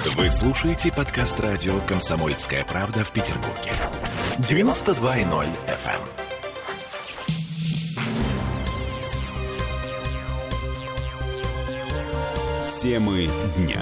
Вы слушаете подкаст радио «Комсомольская правда» в Петербурге. 92.0 FM. Темы дня.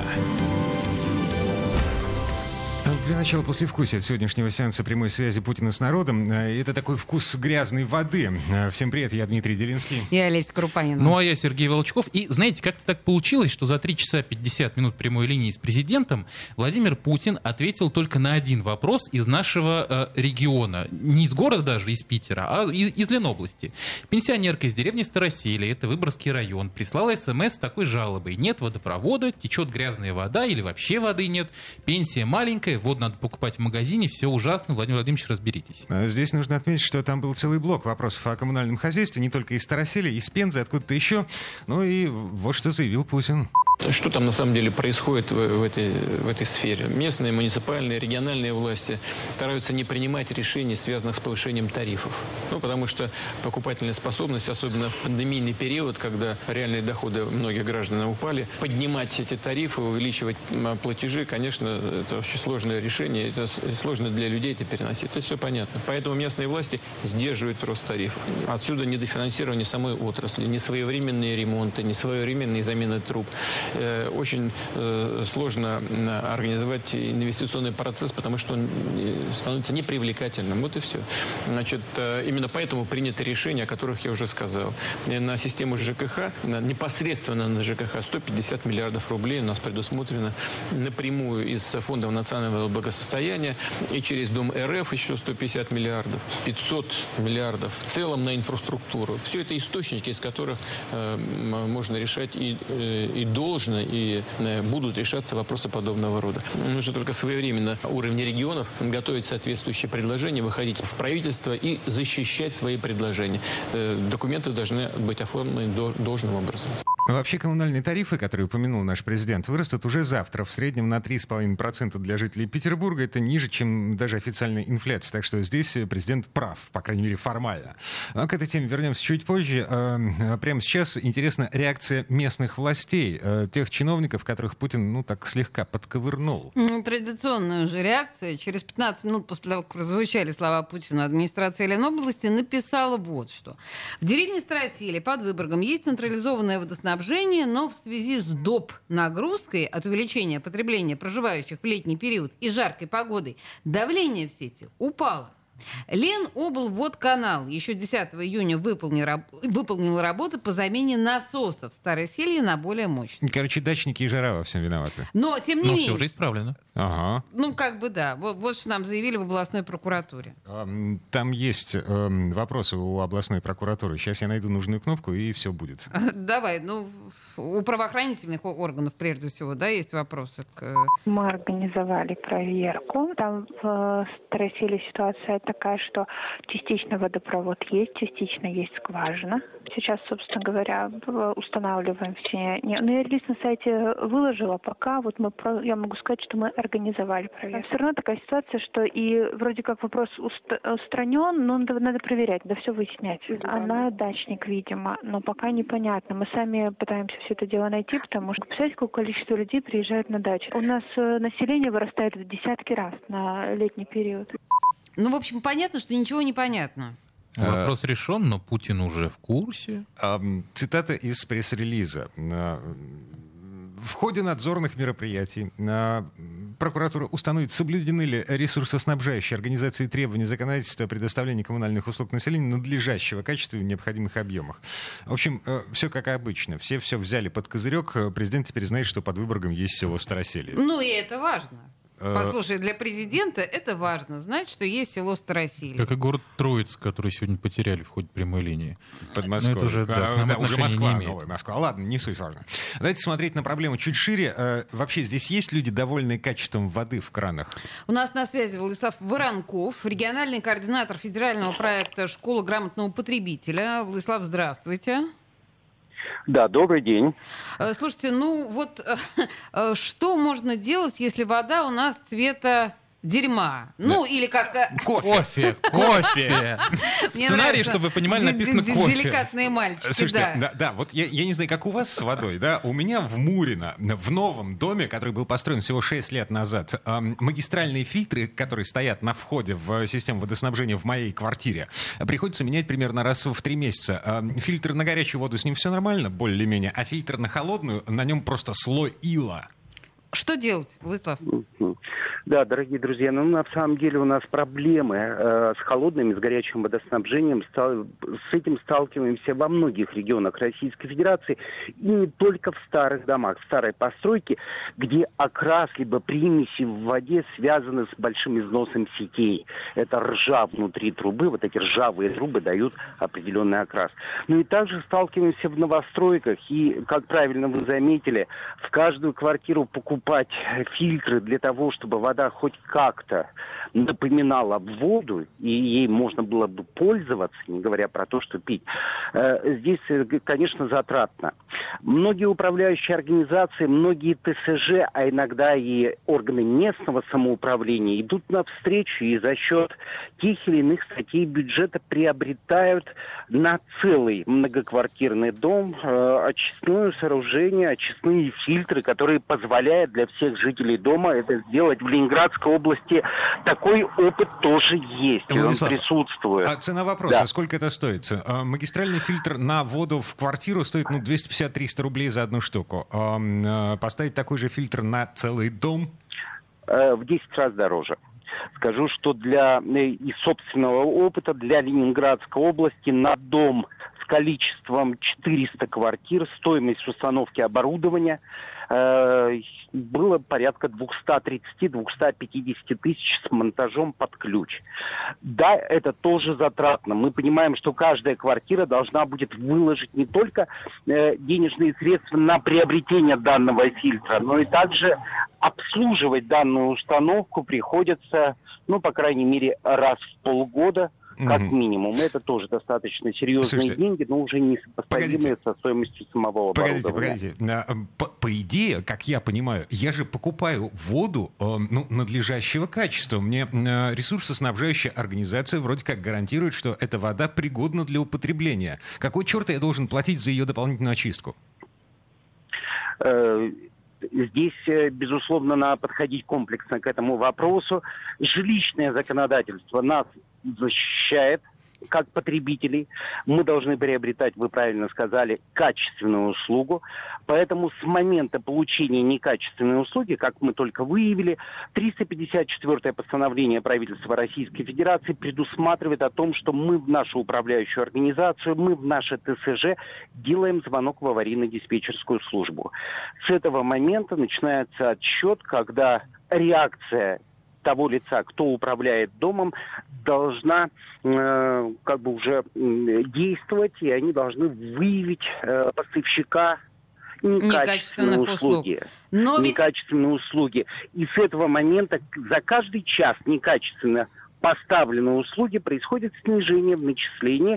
Для начала послевкусия от сегодняшнего сеанса прямой связи Путина с народом. Это такой вкус грязной воды. Всем привет, я Дмитрий Делинский. Я Олеся Крупанина. Ну, а я Сергей Волчков. И, знаете, как-то так получилось, что за 3 часа 50 минут прямой линии с президентом Владимир Путин ответил только на один вопрос из нашего региона. Не из города даже, из Питера, а из Ленобласти. Пенсионерка из деревни Староселье, это Выборгский район, прислала СМС с такой жалобой. Нет водопровода, течет грязная вода или вообще воды нет, пенсия маленькая, воду надо покупать в магазине, все ужасно. Владимир Владимирович, разберитесь. Здесь нужно отметить, что там был целый блок вопросов о коммунальном хозяйстве, не только из Староселья, из Пензы, откуда-то еще. Ну и вот что заявил Путин. Что там на самом деле происходит в этой сфере? Местные, муниципальные, региональные власти стараются не принимать решений, связанных с повышением тарифов. Ну, потому что покупательная способность, особенно в пандемийный период, когда реальные доходы многих граждан упали, поднимать эти тарифы, увеличивать платежи, конечно, это очень сложное решение, это сложно для людей это переносить. Это все понятно. Поэтому местные власти сдерживают рост тарифов. Отсюда недофинансирование самой отрасли, несвоевременные ремонты, несвоевременные замены труб. Очень сложно организовать инвестиционный процесс, потому что он становится непривлекательным. Вот и все. Значит, именно поэтому принято решение, о которых я уже сказал. На систему ЖКХ, непосредственно на ЖКХ 150 миллиардов рублей у нас предусмотрено напрямую из фондов национального благосостояния и через Дом РФ еще 150 миллиардов, 500 миллиардов в целом на инфраструктуру. Все это источники, из которых можно решать и должно, и будут решаться вопросы подобного рода. Нужно только своевременно на уровне регионов готовить соответствующие предложения, выходить в правительство и защищать свои предложения. Документы должны быть оформлены должным образом. Вообще коммунальные тарифы, которые упомянул наш президент, вырастут уже завтра. В среднем на 3,5% для жителей Петербурга. Это ниже, чем даже официальная инфляция. Так что здесь президент прав, по крайней мере, формально. Но к этой теме вернемся чуть позже. Прямо сейчас интересна реакция местных властей, тех чиновников, которых Путин, так слегка подковырнул. Традиционная уже реакция. Через 15 минут после того, как прозвучали слова Путина, администрация Ленобласти написала вот что. В деревне Староселье под Выборгом есть централизованное водоснабжение, но в связи с доп. Нагрузкой от увеличения потребления проживающих в летний период и жаркой погодой давление в сети упало. Леноблводканал еще 10 июня выполнил работы по замене насосов в Староселье на более мощные. Короче, дачники и жара во всем виноваты. Но, тем не менее... все уже исправлено. Ага. Да. Вот что нам заявили в областной прокуратуре. Там есть вопросы у областной прокуратуры. Сейчас я найду нужную кнопку, и все будет. Давай, у правоохранительных органов, прежде всего, есть вопросы к... Мы организовали проверку. Там в Староселье ситуация такая, что частично водопровод есть, частично есть скважина. Сейчас, собственно говоря, устанавливаем все. Я релиз на сайте выложила, пока я могу сказать, что мы организовали проверку. Все равно такая ситуация, что и вроде как вопрос устранен, но надо проверять, все выяснять. Она дачник, видимо, но пока непонятно. Мы сами пытаемся все это дело найти, потому что, представляете, какое количество людей приезжают на дачу. У нас население вырастает в десятки раз на летний период. В общем, понятно, что ничего не понятно. Вопрос решен, но Путин уже в курсе. Цитата из пресс-релиза. В ходе надзорных мероприятий прокуратура установит, соблюдены ли ресурсоснабжающие организации требования законодательства о предоставлении коммунальных услуг населению надлежащего качества и в необходимых объемах. В общем, все как обычно. Все взяли под козырек. Президент теперь знает, что под Выборгом есть село Староселье. И это важно. Послушай, для президента это важно, знать, что есть село Староселье. Как и город Троицк, который сегодня потеряли в ходе прямой линии. Подмосковье. Это уже, уже Москва, новая Москва. Ладно, не суть важно. Давайте смотреть на проблему чуть шире. Вообще, здесь есть люди, довольные качеством воды в кранах? У нас на связи Владислав Воронков, региональный координатор федерального проекта «Школа грамотного потребителя». Владислав, здравствуйте. Да, добрый день. Слушайте, что можно делать, если вода у нас цвета дерьма. Ну, или как... Кофе. Мне Сценарий, нравится. чтобы вы понимали, написано кофе. Деликатные мальчики, Слушайте, да, вот я не знаю, как у вас с водой, да, у меня в Мурино, в новом доме, который был построен всего 6 лет назад, магистральные фильтры, которые стоят на входе в систему водоснабжения в моей квартире, приходится менять примерно раз в 3 месяца. Фильтр на горячую воду, с ним все нормально, более-менее, а фильтр на холодную, на нем просто слой ила. Что делать, Владислав? Да, дорогие друзья, на самом деле у нас проблемы с холодным и с горячим водоснабжением. С этим сталкиваемся во многих регионах Российской Федерации. И не только в старых домах, в старой постройке, где окрас либо примеси в воде связаны с большим износом сетей. Это ржа внутри трубы. Вот эти ржавые трубы дают определенный окрас. Ну и также сталкиваемся в новостройках. И, как правильно вы заметили, в каждую квартиру покупать фильтры для того, чтобы вода хоть как-то напоминала воду, и ей можно было бы пользоваться, не говоря про то, что пить, здесь, конечно, затратно. Многие управляющие организации, многие ТСЖ, а иногда и органы местного самоуправления идут навстречу и за счет тех или иных статей бюджета приобретают на целый многоквартирный дом очистное сооружение, очистные фильтры, которые позволяют для всех жителей дома это сделать. В Ленинградской области такой опыт тоже есть, Владислав, он присутствует. А цена вопроса, Да. сколько это стоит? Магистральный фильтр на воду в квартиру стоит 250-300 рублей за одну штуку. Поставить такой же фильтр на целый дом? В 10 раз дороже. Скажу, что из собственного опыта для Ленинградской области на дом с количеством 400 квартир стоимость установки оборудования было порядка 230-250 тысяч с монтажом под ключ. Да, это тоже затратно. Мы понимаем, что каждая квартира должна будет выложить не только денежные средства на приобретение данного фильтра, но и также обслуживать данную установку приходится, по крайней мере, раз в полгода, как минимум. Это тоже достаточно серьезные деньги, но уже не сопоставимые со стоимостью самого оборудования. Погодите. По идее, как я понимаю, я же покупаю воду надлежащего качества. Мне ресурсоснабжающая организация вроде как гарантирует, что эта вода пригодна для употребления. Какой черт я должен платить за ее дополнительную очистку? Здесь, безусловно, надо подходить комплексно к этому вопросу. Жилищное законодательство нас защищает как потребителей. Мы должны приобретать, вы правильно сказали, качественную услугу. Поэтому с момента получения некачественной услуги, как мы только выявили, 354-е постановление правительства Российской Федерации предусматривает о том, что мы в нашу управляющую организацию, мы в наше ТСЖ делаем звонок в аварийно-диспетчерскую службу. С этого момента начинается отсчет, когда реакция того лица, кто управляет домом, должна уже действовать, и они должны выявить поставщика некачественной услуги. Некачественные услуги. И с этого момента за каждый час некачественно поставленной услуги происходит снижение в начислении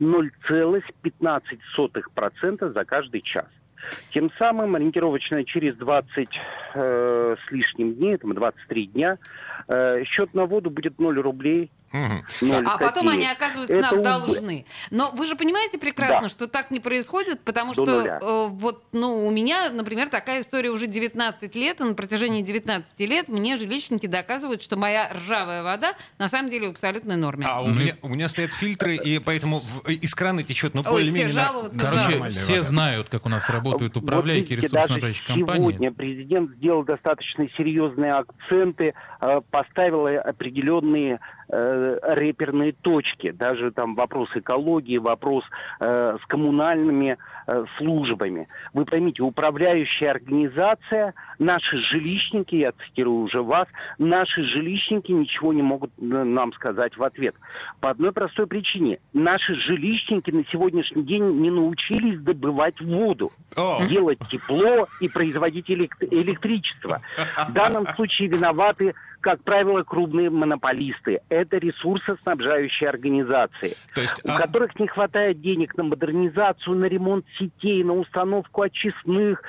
0,15% за каждый час. Тем самым ориентировочно через 20 с лишним дней, 23 дня, счет на воду будет 0 рублей. 0 а потом они, оказывается, нам должны. Но вы же понимаете прекрасно, что так не происходит, потому что у меня, например, такая история уже 19 лет, и на протяжении 19 лет мне жилищники доказывают, что моя ржавая вода на самом деле в абсолютной норме. А у меня стоят фильтры, и поэтому из крана течет, более-менее... Короче, все знают, как у нас работают управляющие ресурсоснабжающие компании. Сегодня президент сделал достаточно серьезные акценты, поставил определенные реперные точки, даже там вопрос экологии, вопрос с коммунальными службами. Вы поймите, управляющая организация, наши жилищники, я цитирую уже вас, наши жилищники ничего не могут нам сказать в ответ. По одной простой причине. Наши жилищники на сегодняшний день не научились добывать воду, делать тепло и производить электричество. В данном случае виноваты, как правило, крупные монополисты. Это ресурсоснабжающие организации, у которых не хватает денег на модернизацию, на ремонт сетей, на установку очистных.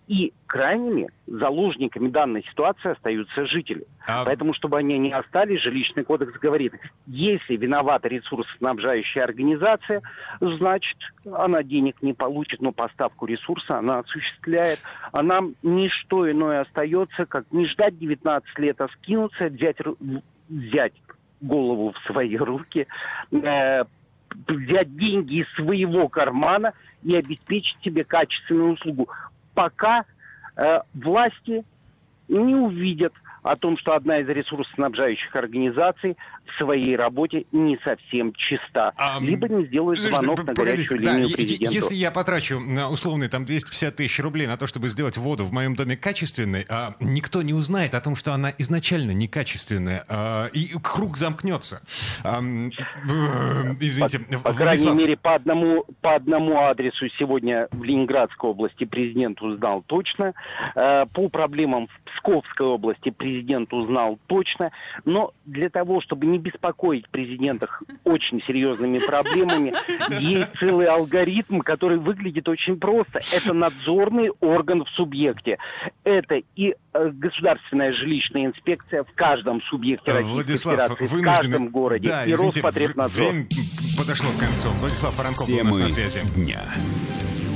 И крайними заложниками данной ситуации остаются жители. Поэтому, чтобы они не остались, жилищный кодекс говорит, если виновата ресурсоснабжающая организация, значит, она денег не получит, но поставку ресурса она осуществляет. А нам ничто иное остается, как не ждать 19 лет, а скинуться, взять голову в свои руки, взять деньги из своего кармана и обеспечить себе качественную услугу. Пока власти не увидят о том, что одна из ресурсоснабжающих организаций в своей работе не совсем чиста. Либо не сделают звонок на горячую линию президенту. Если я потрачу на условные там 250 тысяч рублей на то, чтобы сделать воду в моем доме качественной, никто не узнает о том, что она изначально некачественная, и круг замкнется. Извините, по крайней мере, по одному адресу сегодня в Ленинградской области президент узнал точно. По проблемам в Псковской области президент узнал точно. Но для того, чтобы не беспокоить президента очень серьезными проблемами, есть целый алгоритм, который выглядит очень просто. Это надзорный орган в субъекте. Это и государственная жилищная инспекция в каждом субъекте Российской Федерации, в каждом городе, и Роспотребнадзор. Время подошло к концу. Владислав Воронков был у нас на связи. Дня.